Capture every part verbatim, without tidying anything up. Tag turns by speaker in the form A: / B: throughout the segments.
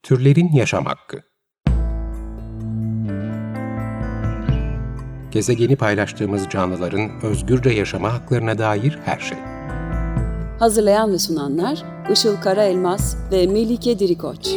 A: Türlerin yaşam hakkı. Gezegeni paylaştığımız canlıların özgürce yaşama haklarına dair her şey.
B: Hazırlayan ve sunanlar Işıl Karaelmaz ve Melike Dirikoç.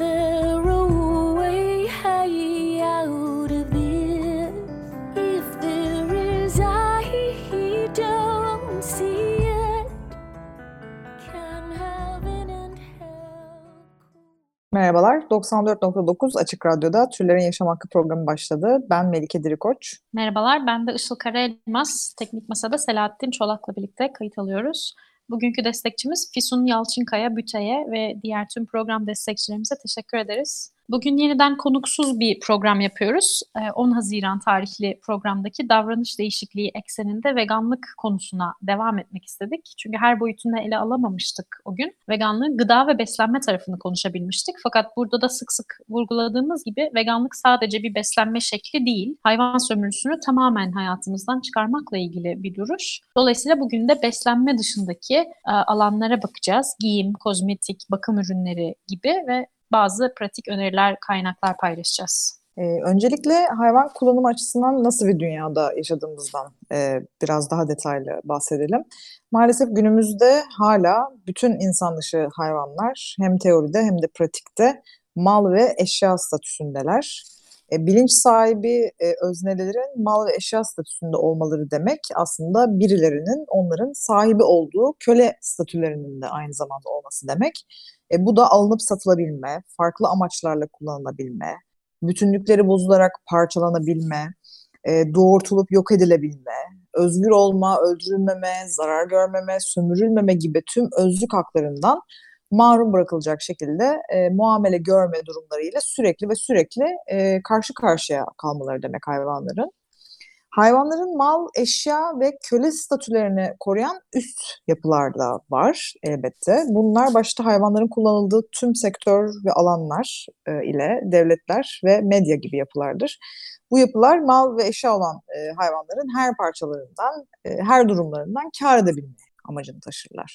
C: Merhabalar, doksan dört nokta dokuz Açık Radyo'da Türlerin Yaşam Hakkı programı başladı. Ben Melike Dirikoç.
D: Merhabalar, ben de Işıl Karaelmaz. Teknik Masa'da Selahattin Çolak'la birlikte kayıt alıyoruz. Bugünkü destekçimiz Füsun Yalçınkaya Büte'ye ve diğer tüm program destekçilerimize teşekkür ederiz. Bugün yeniden konuksuz bir program yapıyoruz. on Haziran tarihli programdaki davranış değişikliği ekseninde veganlık konusuna devam etmek istedik. Çünkü her boyutunu ele alamamıştık o gün. Veganlığın gıda ve beslenme tarafını konuşabilmiştik. Fakat burada da sık sık vurguladığımız gibi veganlık sadece bir beslenme şekli değil. Hayvan sömürüsünü tamamen hayatımızdan çıkarmakla ilgili bir duruş. Dolayısıyla bugün de beslenme dışındaki e, alanlara bakacağız. Giyim, kozmetik, bakım ürünleri gibi ve bazı pratik öneriler, kaynaklar paylaşacağız.
C: Ee, öncelikle hayvan kullanımı açısından nasıl bir dünyada yaşadığımızdan e, biraz daha detaylı bahsedelim. Maalesef günümüzde hala bütün insan dışı hayvanlar hem teoride hem de pratikte mal ve eşya statüsündeler. E, bilinç sahibi e, öznelerin mal ve eşya statüsünde olmaları demek aslında birilerinin onların sahibi olduğu köle statülerinin de aynı zamanda olması demek. E, bu da alınıp satılabilme, farklı amaçlarla kullanılabilme, bütünlükleri bozularak parçalanabilme, e, doğurtulup yok edilebilme, özgür olma, öldürülmeme, zarar görmeme, sömürülmeme gibi tüm özlük haklarından mahrum bırakılacak şekilde e, muamele görme durumlarıyla sürekli ve sürekli e, karşı karşıya kalmaları demek hayvanların. Hayvanların mal, eşya ve köle statülerini koruyan üst yapılar da var elbette. Bunlar başta hayvanların kullanıldığı tüm sektör ve alanlar e, ile devletler ve medya gibi yapılardır. Bu yapılar mal ve eşya olan e, hayvanların her parçalarından, e, her durumlarından kâr edebilme amacını taşırlar.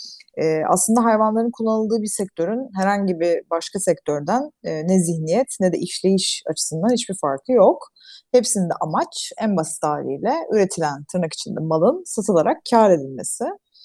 C: E, aslında hayvanların kullanıldığı bir sektörün herhangi bir başka sektörden e, ne zihniyet ne de işleyiş açısından hiçbir farkı yok. Hepsinde amaç en basit haliyle üretilen tırnak içinde malın satılarak kâr edilmesi.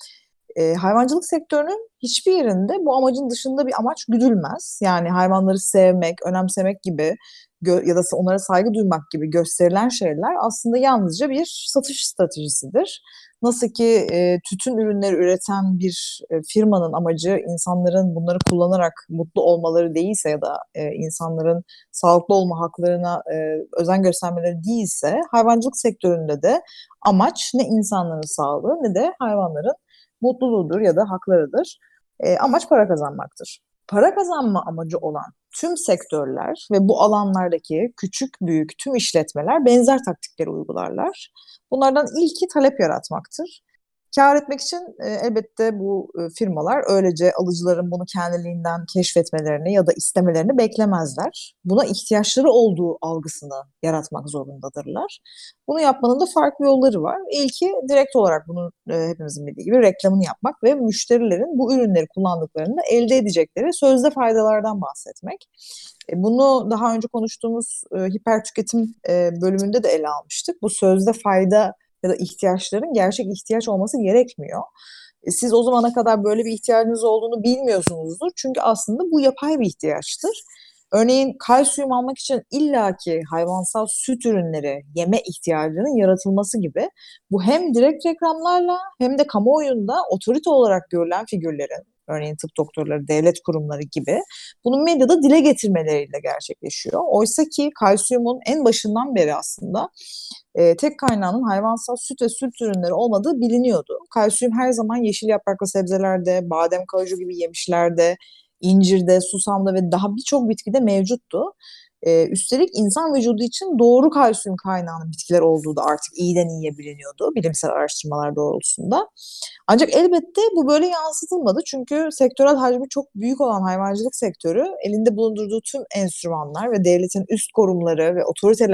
C: E, hayvancılık sektörünün hiçbir yerinde bu amacın dışında bir amaç güdülmez. Yani hayvanları sevmek, önemsemek gibi gö- ya da onlara saygı duymak gibi gösterilen şeyler aslında yalnızca bir satış stratejisidir. Nasıl ki e, tütün ürünleri üreten bir e, firmanın amacı insanların bunları kullanarak mutlu olmaları değilse ya da e, insanların sağlıklı olma haklarına e, özen göstermeleri değilse hayvancılık sektöründe de amaç ne insanların sağlığı ne de hayvanların mutluluğudur ya da haklarıdır. E, amaç para kazanmaktır. Para kazanma amacı olan tüm sektörler ve bu alanlardaki küçük büyük tüm işletmeler benzer taktikleri uygularlar. Bunlardan ilki talep yaratmaktır. Kâr etmek için e, elbette bu e, firmalar öylece alıcıların bunu kendiliğinden keşfetmelerini ya da istemelerini beklemezler. Buna ihtiyaçları olduğu algısını yaratmak zorundadırlar. Bunu yapmanın da farklı yolları var. İlki direkt olarak bunu e, hepimizin bildiği gibi reklamını yapmak ve müşterilerin bu ürünleri kullandıklarında elde edecekleri sözde faydalardan bahsetmek. E, bunu daha önce konuştuğumuz e, hiper tüketim e, bölümünde de ele almıştık. Bu sözde fayda ya da ihtiyaçların gerçek ihtiyaç olması gerekmiyor. E, siz o zamana kadar böyle bir ihtiyacınız olduğunu bilmiyorsunuzdur. Çünkü aslında bu yapay bir ihtiyaçtır. Örneğin kalsiyum almak için illaki hayvansal süt ürünleri yeme ihtiyacının yaratılması gibi bu hem direkt reklamlarla hem de kamuoyunda otorite olarak görülen figürlerin, örneğin tıp doktorları, devlet kurumları gibi bunu medyada dile getirmeleriyle gerçekleşiyor. Oysa ki kalsiyumun en başından beri aslında e, tek kaynağının hayvansal süt ve süt ürünleri olmadığı biliniyordu. Kalsiyum her zaman yeşil yapraklı sebzelerde, badem kavucu gibi yemişlerde, incirde, susamda ve daha birçok bitkide mevcuttu. Ee, üstelik insan vücudu için doğru kalsiyum kaynağının bitkiler olduğu da artık iyiden iyiye biliniyordu bilimsel araştırmalar doğrultusunda. Ancak elbette bu böyle yansıtılmadı çünkü sektörel hacmi çok büyük olan hayvancılık sektörü elinde bulundurduğu tüm enstrümanlar ve devletin üst kurumları ve otoritelerle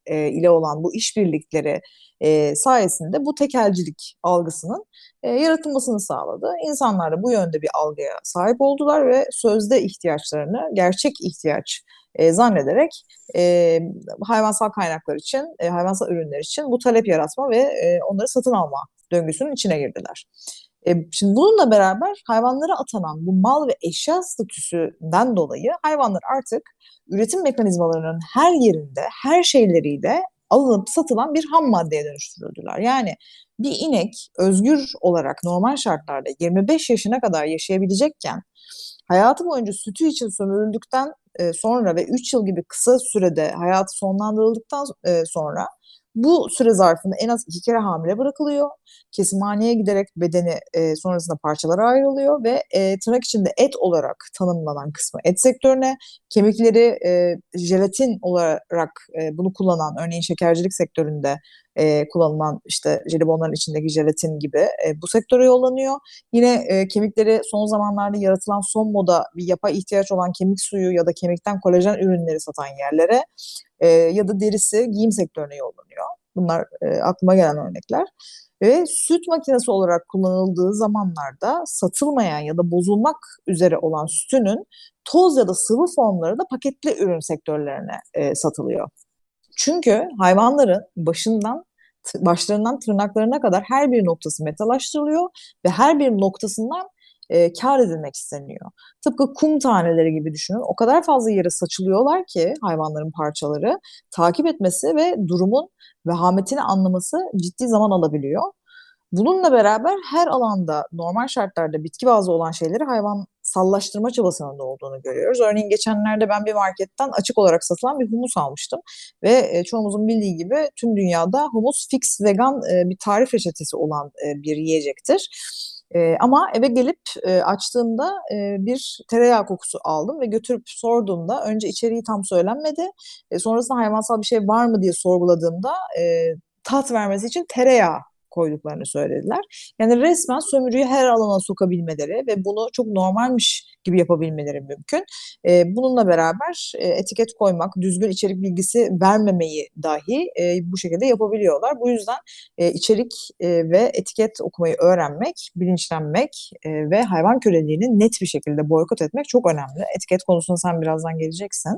C: e, ile olan bu işbirlikleri e, sayesinde bu tekelcilik algısının e, yaratılmasını sağladı. İnsanlar da bu yönde bir algıya sahip oldular ve sözde ihtiyaçlarını gerçek ihtiyaç e, zannederek e, hayvansal kaynaklar için, e, hayvansal ürünler için bu talep yaratma ve e, onları satın alma döngüsünün içine girdiler. E, şimdi bununla beraber hayvanlara atanan bu mal ve eşya statüsünden dolayı hayvanlar artık üretim mekanizmalarının her yerinde, her şeyleriyle alınıp satılan bir ham maddeye dönüştürüldüler. Yani bir inek özgür olarak normal şartlarda yirmi beş yaşına kadar yaşayabilecekken hayatı boyunca sütü için sömürüldükten e, sonra ve üç yıl gibi kısa sürede hayatı sonlandırıldıktan e, sonra bu süre zarfında en az iki kere hamile bırakılıyor. Kesimhaneye giderek bedeni e, sonrasında parçalara ayrılıyor ve e, tırnak içinde et olarak tanımlanan kısmı et sektörüne, kemikleri e, jelatin olarak e, bunu kullanan, örneğin şekercilik sektöründe e, kullanılan işte jelibonların içindeki jelatin gibi e, bu sektöre yollanıyor. Yine e, kemikleri son zamanlarda yaratılan son moda bir yapay ihtiyaç olan kemik suyu ya da kemikten kolajen ürünleri satan yerlere e, ya da derisi giyim sektörüne yollanıyor. Bunlar e, aklıma gelen örnekler. Ve süt makinesi olarak kullanıldığı zamanlarda satılmayan ya da bozulmak üzere olan sütünün toz ya da sıvı formları da paketli ürün sektörlerine e, satılıyor. Çünkü hayvanların başından başlarından tırnaklarına kadar her bir noktası metalaştırılıyor ve her bir noktasından e, kar edilmek isteniyor. Tıpkı kum taneleri gibi düşünün. O kadar fazla yere saçılıyorlar ki hayvanların parçaları takip etmesi ve durumun vehametini anlaması ciddi zaman alabiliyor. Bununla beraber her alanda normal şartlarda bitki bazlı olan şeyleri hayvansallaştırma çabasının da olduğunu görüyoruz. Örneğin geçenlerde ben bir marketten açık olarak satılan bir humus almıştım. Ve çoğumuzun bildiği gibi tüm dünyada humus fix vegan bir tarif reçetesi olan bir yiyecektir. Ee, ama eve gelip e, açtığımda e, bir tereyağı kokusu aldım ve götürüp sorduğumda önce içeriği tam söylenmedi. E, sonrasında hayvansal bir şey var mı diye sorguladığımda e, tat vermesi için tereyağı koyduklarını söylediler. Yani resmen sömürüyü her alana sokabilmeleri ve bunu çok normalmiş gibi yapabilmeleri mümkün. E, bununla beraber e, etiket koymak, düzgün içerik bilgisi vermemeyi dahi e, bu şekilde yapabiliyorlar. Bu yüzden e, içerik e, ve etiket okumayı öğrenmek, bilinçlenmek e, ve hayvan köleliğini net bir şekilde boykot etmek çok önemli. Etiket konusuna sen birazdan geleceksin.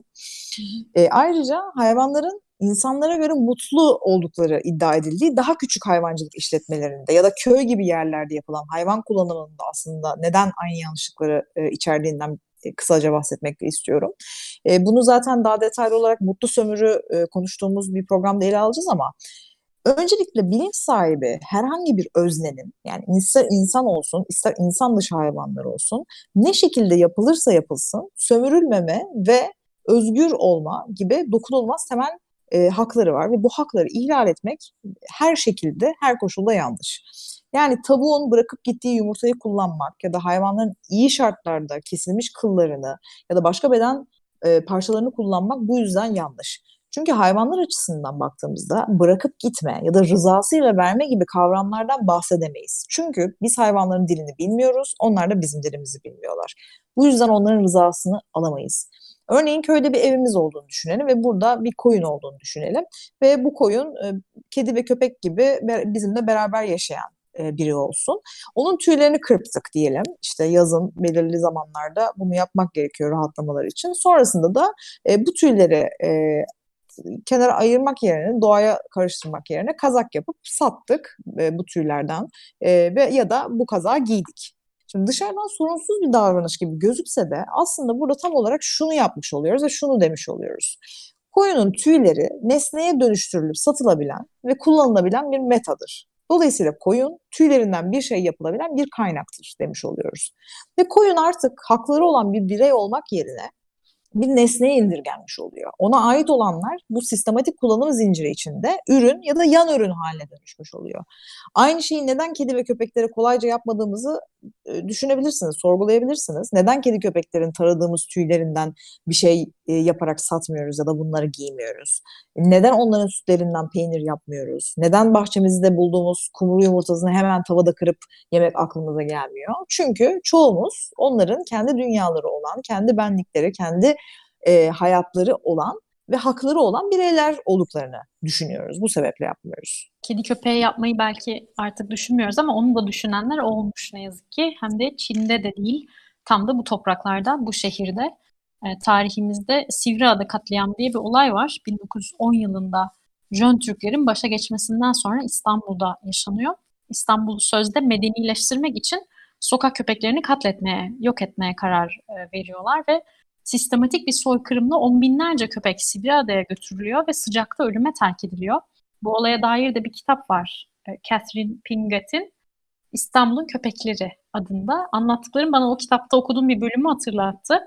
C: E, ayrıca hayvanların insanlara göre mutlu oldukları iddia edildiği daha küçük hayvancılık işletmelerinde ya da köy gibi yerlerde yapılan hayvan kullanımında aslında neden aynı yanlışlıkları e, içerdiğinden e, kısaca bahsetmek de istiyorum. E, bunu zaten daha detaylı olarak mutlu sömürü e, konuştuğumuz bir programda ele alacağız ama öncelikle bilinç sahibi herhangi bir öznenin, yani ister insan olsun ister insan dışı hayvanlar olsun, ne şekilde yapılırsa yapılsın sömürülmeme ve özgür olma gibi dokunulmaz temel E, hakları var ve bu hakları ihlal etmek her şekilde, her koşulda yanlış. Yani tavuğun bırakıp gittiği yumurtayı kullanmak ya da hayvanların iyi şartlarda kesilmiş kıllarını ya da başka beden e, parçalarını kullanmak bu yüzden yanlış. Çünkü hayvanlar açısından baktığımızda bırakıp gitme ya da rızasıyla verme gibi kavramlardan bahsedemeyiz. Çünkü biz hayvanların dilini bilmiyoruz, onlar da bizim dilimizi bilmiyorlar. Bu yüzden onların rızasını alamayız. Örneğin köyde bir evimiz olduğunu düşünelim ve burada bir koyun olduğunu düşünelim. Ve bu koyun e, kedi ve köpek gibi bizimle beraber yaşayan e, biri olsun. Onun tüylerini kırptık diyelim. İşte yazın belirli zamanlarda bunu yapmak gerekiyor rahatlamaları için. Sonrasında da e, bu tüyleri e, kenara ayırmak yerine, doğaya karıştırmak yerine kazak yapıp sattık e, bu tüylerden e, ve ya da bu kazağı giydik. Şimdi dışarıdan sorunsuz bir davranış gibi gözükse de aslında burada tam olarak şunu yapmış oluyoruz ve şunu demiş oluyoruz. Koyunun tüyleri nesneye dönüştürülüp satılabilen ve kullanılabilen bir metadır. Dolayısıyla koyun tüylerinden bir şey yapılabilen bir kaynaktır demiş oluyoruz. Ve koyun artık hakları olan bir birey olmak yerine bir nesneye indirgenmiş oluyor. Ona ait olanlar bu sistematik kullanım zinciri içinde ürün ya da yan ürün haline dönüşmüş oluyor. Aynı şeyi neden kedi ve köpeklere kolayca yapmadığımızı e, düşünebilirsiniz, sorgulayabilirsiniz. Neden kedi köpeklerin taradığımız tüylerinden bir şey e, yaparak satmıyoruz ya da bunları giymiyoruz? Neden onların sütlerinden peynir yapmıyoruz? Neden bahçemizde bulduğumuz kumru yumurtasını hemen tavada kırıp yemek aklımıza gelmiyor? Çünkü çoğumuz onların kendi dünyaları olan, kendi benlikleri, kendi e, hayatları olan ve hakları olan bireyler olduklarını düşünüyoruz. Bu sebeple yapmıyoruz.
D: Kedi köpeği yapmayı belki artık düşünmüyoruz ama onu da düşünenler olmuş ne yazık ki. Hem de Çin'de de değil, tam da bu topraklarda, bu şehirde. E, tarihimizde Sivriada katliamı diye bir olay var. bin dokuz yüz on yılında Jön Türklerin başa geçmesinden sonra İstanbul'da yaşanıyor. İstanbul'u sözde medenileştirmek için sokak köpeklerini katletmeye, yok etmeye karar e, veriyorlar ve sistematik bir soykırımla on binlerce köpek Sivriada'ya götürülüyor ve sıcakta ölüme terk ediliyor. Bu olaya dair de bir kitap var. E, Catherine Pingat'in İstanbul'un Köpekleri adında. Anlattıklarım bana o kitapta okuduğum bir bölümü hatırlattı.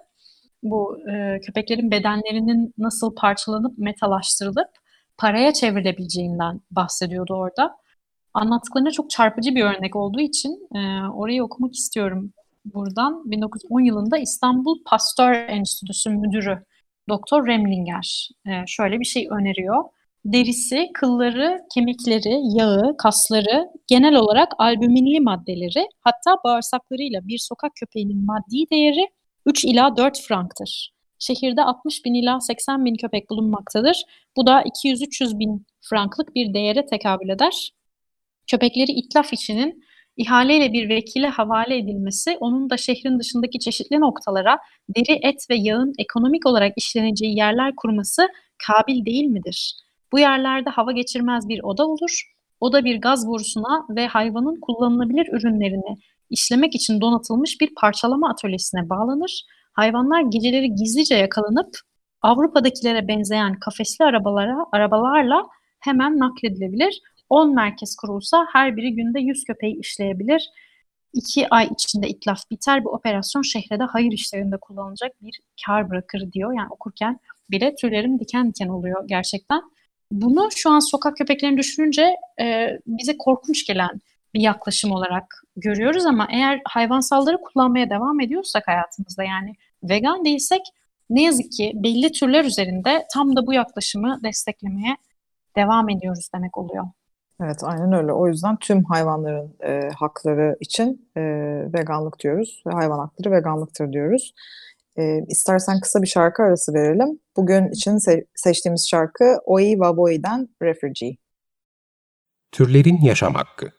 D: Bu e, köpeklerin bedenlerinin nasıl parçalanıp metalaştırılıp paraya çevrilebileceğinden bahsediyordu orada. Anlattıklarına çok çarpıcı bir örnek olduğu için e, orayı okumak istiyorum buradan. bin dokuz yüz on yılında İstanbul Pasteur Enstitüsü Müdürü Doktor Remlinger e, şöyle bir şey öneriyor. Derisi, kılları, kemikleri, yağı, kasları, genel olarak albüminli maddeleri, hatta bağırsaklarıyla bir sokak köpeğinin maddi değeri üç ila dört franktır. Şehirde altmış bin ila seksen bin köpek bulunmaktadır. Bu da iki yüz üç yüz bin franklık bir değere tekabül eder. Köpekleri itlaf işinin ihaleyle bir vekile havale edilmesi, onun da şehrin dışındaki çeşitli noktalara deri, et ve yağın ekonomik olarak işleneceği yerler kurması kabil değil midir? Bu yerlerde hava geçirmez bir oda olur. Oda bir gaz borusuna ve hayvanın kullanılabilir ürünlerini işlemek için donatılmış bir parçalama atölyesine bağlanır. Hayvanlar geceleri gizlice yakalanıp Avrupa'dakilere benzeyen kafesli arabalara, arabalarla hemen nakledilebilir. on merkez kurulsa her biri günde yüz köpeği işleyebilir. iki ay içinde itlaf biter. Bu operasyon şehre de hayır işlerinde kullanılacak bir kar bırakır diyor. Yani okurken bile tüylerim diken diken oluyor gerçekten. Bunu şu an sokak köpeklerini düşününce e, bize korkunç gelen bir yaklaşım olarak görüyoruz ama eğer hayvansalları kullanmaya devam ediyorsak hayatımızda, yani vegan değilsek, ne yazık ki belli türler üzerinde tam da bu yaklaşımı desteklemeye devam ediyoruz demek oluyor.
C: Evet, aynen öyle. O yüzden tüm hayvanların e, hakları için e, veganlık diyoruz ve hayvan hakları veganlıktır diyoruz. E, istersen kısa bir şarkı arası verelim. Bugün için se- seçtiğimiz şarkı Oi Waboi'den Refugee.
A: Türlerin yaşam hakkı.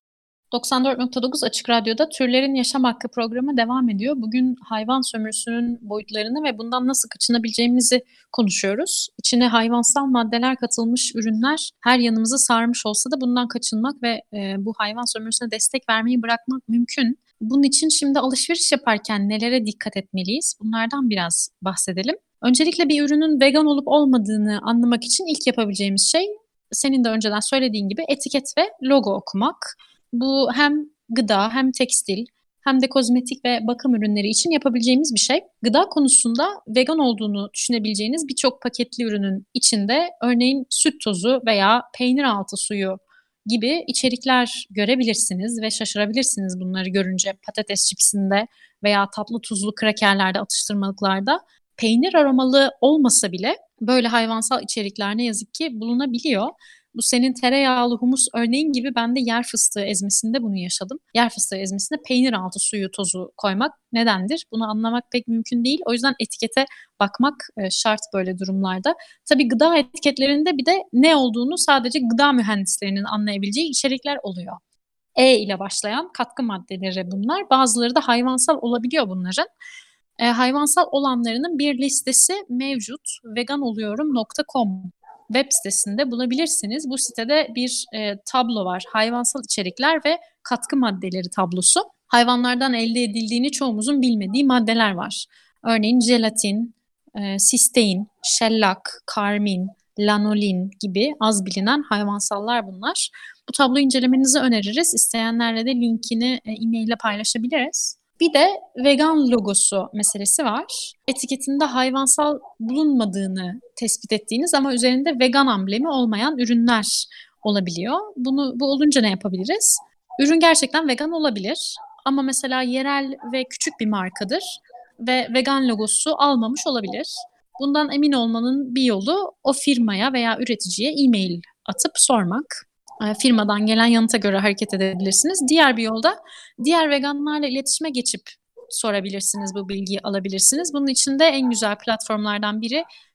D: doksan dört nokta dokuz Açık Radyo'da Türlerin Yaşam Hakkı programı devam ediyor. Bugün hayvan sömürüsünün boyutlarını ve bundan nasıl kaçınabileceğimizi konuşuyoruz. İçine hayvansal maddeler katılmış ürünler her yanımızı sarmış olsa da bundan kaçınmak ve e, bu hayvan sömürüsüne destek vermeyi bırakmak mümkün. Bunun için şimdi alışveriş yaparken nelere dikkat etmeliyiz? Bunlardan biraz bahsedelim. Öncelikle bir ürünün vegan olup olmadığını anlamak için ilk yapabileceğimiz şey, senin de önceden söylediğin gibi, etiket ve logo okumak. Bu hem gıda, hem tekstil, hem de kozmetik ve bakım ürünleri için yapabileceğimiz bir şey. Gıda konusunda vegan olduğunu düşünebileceğiniz birçok paketli ürünün içinde örneğin süt tozu veya peynir altı suyu gibi içerikler görebilirsiniz ve şaşırabilirsiniz bunları görünce. Patates çipsinde veya tatlı tuzlu krakerlerde, atıştırmalıklarda peynir aromalı olmasa bile böyle hayvansal içerikler ne yazık ki bulunabiliyor. Bu senin tereyağlı humus örneğin gibi ben de yer fıstığı ezmesinde bunu yaşadım. Yer fıstığı ezmesine peynir altı suyu tozu koymak nedendir? Bunu anlamak pek mümkün değil. O yüzden etikete bakmak şart böyle durumlarda. Tabii gıda etiketlerinde bir de ne olduğunu sadece gıda mühendislerinin anlayabileceği içerikler oluyor. E ile başlayan katkı maddeleri bunlar. Bazıları da hayvansal olabiliyor bunların. E, hayvansal olanlarının bir listesi mevcut. vegan oluyorum nokta com web sitesinde bulabilirsiniz. Bu sitede bir e, tablo var. Hayvansal içerikler ve katkı maddeleri tablosu. Hayvanlardan elde edildiğini çoğumuzun bilmediği maddeler var. Örneğin jelatin, e, sistein, şellak, karmin, lanolin gibi az bilinen hayvansallar bunlar. Bu tabloyu incelemenizi öneririz. İsteyenlerle de linkini e, e-mail ile paylaşabiliriz. Bir de vegan logosu meselesi var. Etiketinde hayvansal bulunmadığını tespit ettiğiniz ama üzerinde vegan amblemi olmayan ürünler olabiliyor. Bunu bu olunca ne yapabiliriz? Ürün gerçekten vegan olabilir ama mesela yerel ve küçük bir markadır ve vegan logosu almamış olabilir. Bundan emin olmanın bir yolu o firmaya veya üreticiye e-mail atıp sormak. Firmadan gelen yanıta göre hareket edebilirsiniz. Diğer bir yolda diğer veganlarla iletişime geçip sorabilirsiniz, bu bilgiyi alabilirsiniz. Bunun için de en güzel platformlardan biri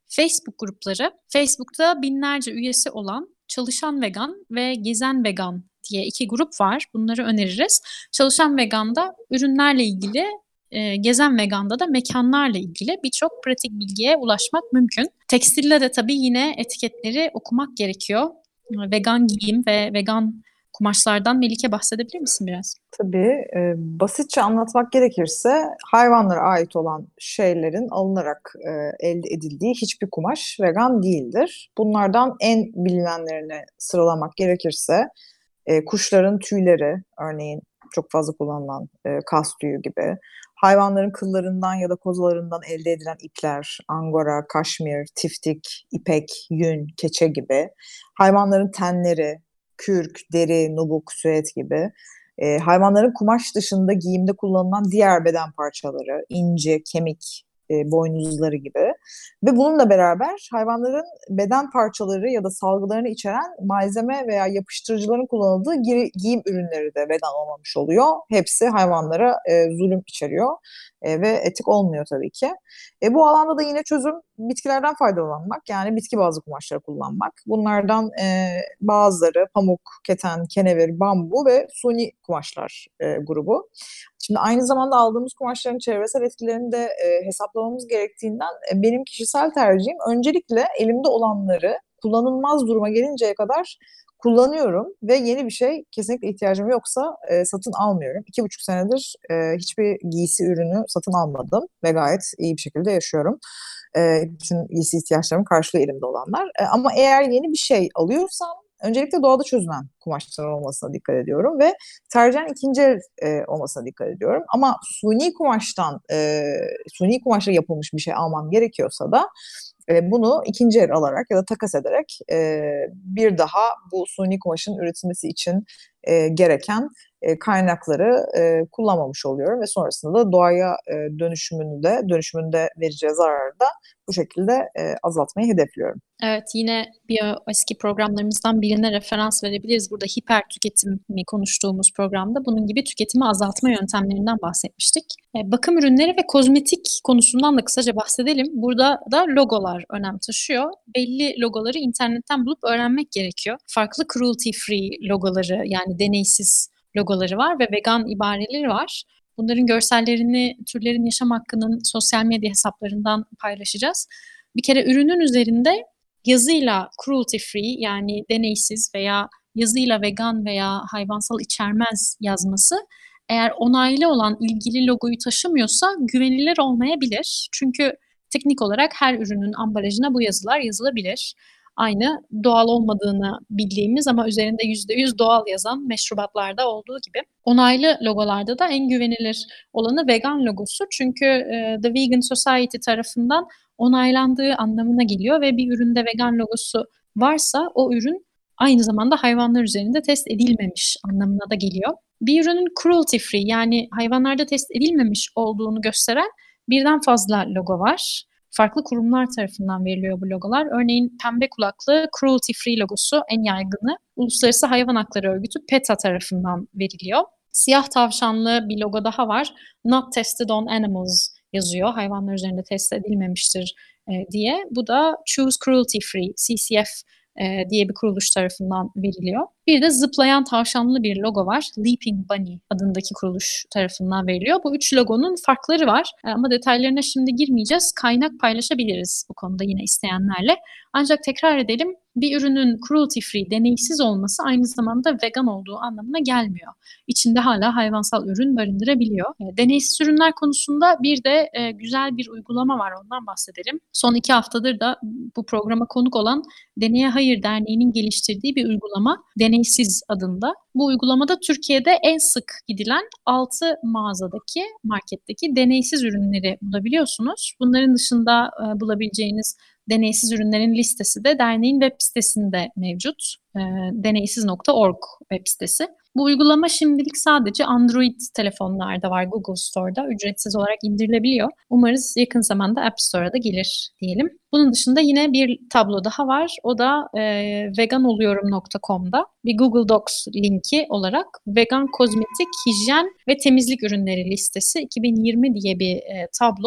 D: Facebook grupları, Facebook'ta binlerce üyesi olan Çalışan Vegan ve Gezen Vegan diye iki grup var. Bunları öneririz. Çalışan Vegan'da ürünlerle ilgili, e, Gezen Vegan'da da mekanlarla ilgili birçok pratik bilgiye ulaşmak mümkün. Tekstilde de tabii yine etiketleri okumak gerekiyor. Vegan giyim ve vegan kumaşlardan Melike bahsedebilir misin biraz?
C: Tabii, e, basitçe anlatmak gerekirse hayvanlara ait olan şeylerin alınarak e, elde edildiği hiçbir kumaş vegan değildir. Bunlardan en bilinenlerini sıralamak gerekirse e, kuşların tüyleri, örneğin çok fazla kullanılan e, kas tüyü gibi, hayvanların kıllarından ya da kozalarından elde edilen ipler, angora, kaşmir, tiftik, ipek, yün, keçe gibi, hayvanların tenleri, kürk, deri, nubuk, süet gibi, e, hayvanların kumaş dışında giyimde kullanılan diğer beden parçaları, inci, kemik, e, boynuzları gibi ve bununla beraber hayvanların beden parçaları ya da salgılarını içeren malzeme veya yapıştırıcıların kullanıldığı gi- giyim ürünleri de vegan olmamış oluyor. Hepsi hayvanlara e, zulüm içeriyor e, ve etik olmuyor tabii ki. E, bu alanda da yine çözüm bitkilerden faydalanmak, yani bitki bazlı kumaşları kullanmak. Bunlardan e, bazıları pamuk, keten, kenevir, bambu ve suni kumaşlar e, grubu. Şimdi aynı zamanda aldığımız kumaşların çevresel etkilerini de e, hesaplamamız gerektiğinden e, benim kişisel tercihim öncelikle elimde olanları kullanılmaz duruma gelinceye kadar kullanıyorum ve yeni bir şey kesinlikle ihtiyacım yoksa e, satın almıyorum. İki buçuk senedir e, hiçbir giysi ürünü satın almadım ve gayet iyi bir şekilde yaşıyorum. E, bütün giysi ihtiyaçlarımı karşılıyor elimde olanlar. E, ama eğer yeni bir şey alıyorsam öncelikle doğada çözünen kumaşlar olmasına dikkat ediyorum ve tercihen ikinci el e, olmasına dikkat ediyorum. Ama suni kumaştan, e, suni kumaşla yapılmış bir şey almam gerekiyorsa da e, bunu ikinci el alarak ya da takas ederek e, bir daha bu suni kumaşın üretilmesi için e, gereken e, kaynakları e, kullanmamış oluyorum ve sonrasında da doğaya e, dönüşümünü de dönüşümünde vereceği zararı da bu şekilde e, azaltmayı hedefliyorum.
D: Evet, yine bir eski programlarımızdan birine referans verebiliriz. Burada hiper tüketimi konuştuğumuz programda bunun gibi tüketimi azaltma yöntemlerinden bahsetmiştik. E, bakım ürünleri ve kozmetik konusundan da kısaca bahsedelim. Burada da logolar önem taşıyor. Belli logoları internetten bulup öğrenmek gerekiyor. Farklı cruelty free logoları, yani deneysiz logoları var ve vegan ibareleri var. Bunların görsellerini Türlerin Yaşam Hakkı'nın sosyal medya hesaplarından paylaşacağız. Bir kere ürünün üzerinde yazıyla cruelty free, yani deneysiz veya yazıyla vegan veya hayvansal içermez yazması eğer onaylı olan ilgili logoyu taşımıyorsa güvenilir olmayabilir. Çünkü teknik olarak her ürünün ambalajına bu yazılar yazılabilir. Aynı doğal olmadığını bildiğimiz ama üzerinde yüzde yüz doğal yazan meşrubatlarda olduğu gibi. Onaylı logolarda da en güvenilir olanı vegan logosu. Çünkü e, The Vegan Society tarafından onaylandığı anlamına geliyor ve bir üründe vegan logosu varsa o ürün aynı zamanda hayvanlar üzerinde test edilmemiş anlamına da geliyor. Bir ürünün cruelty free, yani hayvanlarda test edilmemiş olduğunu gösteren birden fazla logo var. Farklı kurumlar tarafından veriliyor bu logolar. Örneğin pembe kulaklı cruelty free logosu en yaygını Uluslararası Hayvan Hakları Örgütü PETA tarafından veriliyor. Siyah tavşanlı bir logo daha var. Not tested on animals yazıyor. Hayvanlar üzerinde test edilmemiştir e, diye. Bu da Choose Cruelty Free, C C F e, diye bir kuruluş tarafından veriliyor. Bir de zıplayan tavşanlı bir logo var. Leaping Bunny adındaki kuruluş tarafından veriliyor. Bu üç logonun farkları var e, ama detaylarına şimdi girmeyeceğiz. Kaynak paylaşabiliriz bu konuda yine isteyenlerle. Ancak tekrar edelim, bir ürünün cruelty free, deneysiz olması aynı zamanda vegan olduğu anlamına gelmiyor. İçinde hala hayvansal ürün barındırabiliyor. E, deneysiz ürünler konusunda bir de e, güzel bir uygulama var, ondan bahsedelim. Son iki haftadır da bu programa konuk olan Deneye Hayır Derneği'nin geliştirdiği bir uygulama, Deneysiz adında. Bu uygulamada Türkiye'de en sık gidilen altı mağazadaki, marketteki deneysiz ürünleri bulabiliyorsunuz. Bunların dışında e, bulabileceğiniz deneysiz ürünlerin listesi de derneğin web sitesinde mevcut. E, deneysiz nokta org web sitesi. Bu uygulama şimdilik sadece Android telefonlarda var, Google Store'da ücretsiz olarak indirilebiliyor. Umarız yakın zamanda App Store'a da gelir diyelim. Bunun dışında yine bir tablo daha var. O da e, vegan oluyorum nokta com'da bir Google Docs linki olarak vegan kozmetik, hijyen ve temizlik ürünleri listesi iki bin yirmi diye bir e, tablo.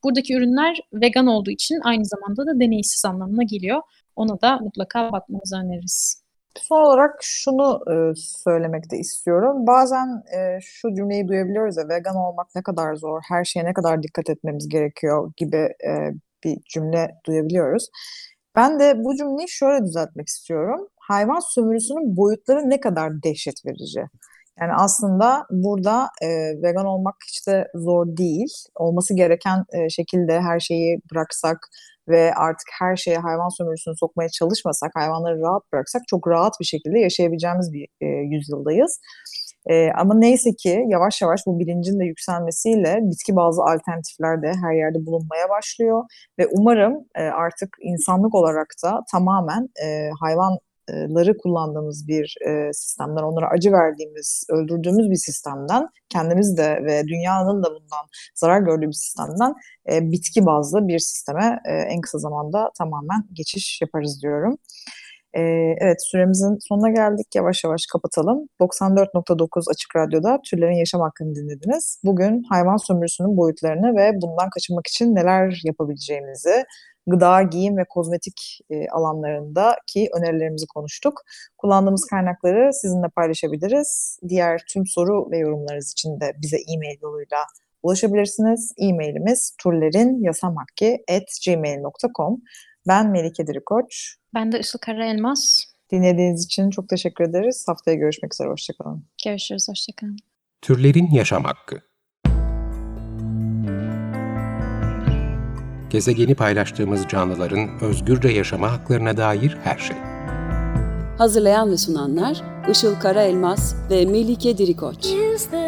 D: Buradaki ürünler vegan olduğu için aynı zamanda da deneysiz anlamına geliyor. Ona da mutlaka bakmanızı öneririz.
C: Son olarak şunu e, söylemek de istiyorum. Bazen e, şu cümleyi duyabiliyoruz ya, vegan olmak ne kadar zor, her şeye ne kadar dikkat etmemiz gerekiyor gibi e, bir cümle duyabiliyoruz. Ben de bu cümleyi şöyle düzeltmek istiyorum. Hayvan sömürüsünün boyutları ne kadar dehşet verici. Yani aslında burada e, vegan olmak hiç de zor değil. Olması gereken e, şekilde her şeyi bıraksak ve artık her şeye hayvan sömürüsünü sokmaya çalışmasak, hayvanları rahat bıraksak çok rahat bir şekilde yaşayabileceğimiz bir e, yüzyıldayız. E, ama neyse ki yavaş yavaş bu bilincin de yükselmesiyle bitki bazlı alternatifler de her yerde bulunmaya başlıyor. Ve umarım e, artık insanlık olarak da tamamen e, hayvanları kullandığımız bir e, sistemden, onlara acı verdiğimiz, öldürdüğümüz bir sistemden, kendimiz de ve dünyanın da bundan zarar gördüğü bir sistemden e, bitki bazlı bir sisteme e, en kısa zamanda tamamen geçiş yaparız diyorum. E, evet, süremizin sonuna geldik. Yavaş yavaş kapatalım. doksan dört nokta dokuz Açık Radyo'da Türlerin Yaşam Hakkını dinlediniz. Bugün hayvan sömürüsünün boyutlarını ve bundan kaçınmak için neler yapabileceğimizi, gıda, giyim ve kozmetik e, alanlarındaki önerilerimizi konuştuk. Kullandığımız kaynakları sizinle paylaşabiliriz. Diğer tüm soru ve yorumlarınız için de bize e-mail yoluyla ulaşabilirsiniz. E-mailimiz turlerinyasamhakkı at gmail nokta com. Ben Melike Dirikoç.
D: Ben de Işıl Karaelmaz.
C: Dinlediğiniz için çok teşekkür ederiz. Haftaya görüşmek üzere. Hoşçakalın.
D: Görüşürüz. Hoşçakalın.
A: Türlerin Yaşam Hakkı. Gezegeni paylaştığımız canlıların özgürce yaşama haklarına dair her şey.
B: Hazırlayan ve sunanlar Işıl Karaelmaz ve Melike Dirikoç.
E: Is there